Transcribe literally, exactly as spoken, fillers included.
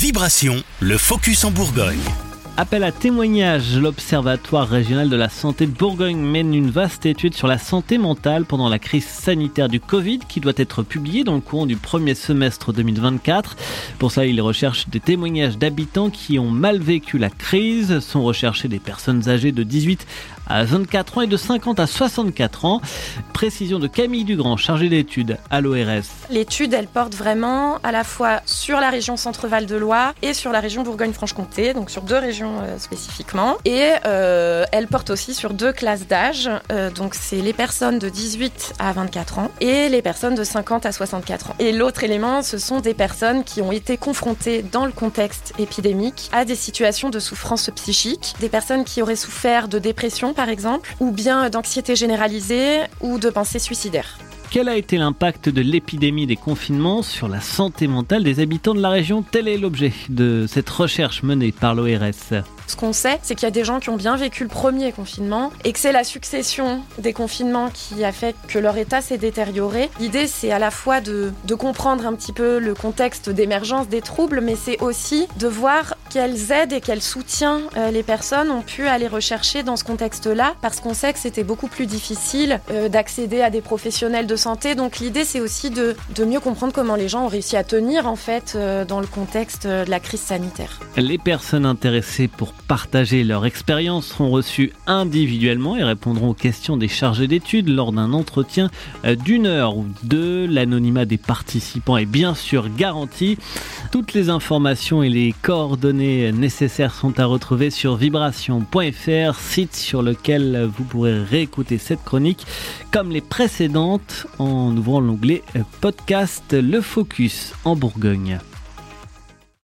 Vibration, le focus en Bourgogne. Appel à témoignages, l'Observatoire régional de la santé de Bourgogne mène une vaste étude sur la santé mentale pendant la crise sanitaire du Covid qui doit être publiée dans le courant du premier semestre deux mille vingt-quatre. Pour ça, il recherche des témoignages d'habitants qui ont mal vécu la crise. Sont recherchées des personnes âgées de dix-huit à vingt-quatre ans et de cinquante à soixante-quatre ans. Précision de Camille Dugrand, chargée d'études à l'O R S. L'étude, elle porte vraiment à la fois sur la région Centre-Val de Loire et sur la région Bourgogne-Franche-Comté, donc sur deux régions euh, spécifiquement. Et euh, elle porte aussi sur deux classes d'âge, euh, donc c'est les personnes de dix-huit à vingt-quatre ans et les personnes de cinquante à soixante-quatre ans. Et l'autre élément, ce sont des personnes qui ont été confrontées dans le contexte épidémique à des situations de souffrance psychique, des personnes qui auraient souffert de dépression par exemple, ou bien d'anxiété généralisée ou de pensées suicidaires. Quel a été l'impact de l'épidémie des confinements sur la santé mentale des habitants de la région ? Tel est l'objet de cette recherche menée par l'O R S. Ce qu'on sait, c'est qu'il y a des gens qui ont bien vécu le premier confinement et que c'est la succession des confinements qui a fait que leur état s'est détérioré. L'idée, c'est à la fois de, de comprendre un petit peu le contexte d'émergence des troubles, mais c'est aussi de voir quelles aides et quels soutiens euh, les personnes ont pu aller rechercher dans ce contexte-là, parce qu'on sait que c'était beaucoup plus difficile euh, d'accéder à des professionnels de santé. Donc l'idée, c'est aussi de, de mieux comprendre comment les gens ont réussi à tenir en fait euh, dans le contexte euh, de la crise sanitaire. Les personnes intéressées pour partager leur expérience seront reçues individuellement et répondront aux questions des chargés d'études lors d'un entretien d'une heure ou deux. L'anonymat des participants est bien sûr garanti. Toutes les informations et les coordonnées nécessaires sont à retrouver sur vibration point f r, site sur lequel vous pourrez réécouter cette chronique comme les précédentes en ouvrant l'onglet podcast Le Focus en Bourgogne.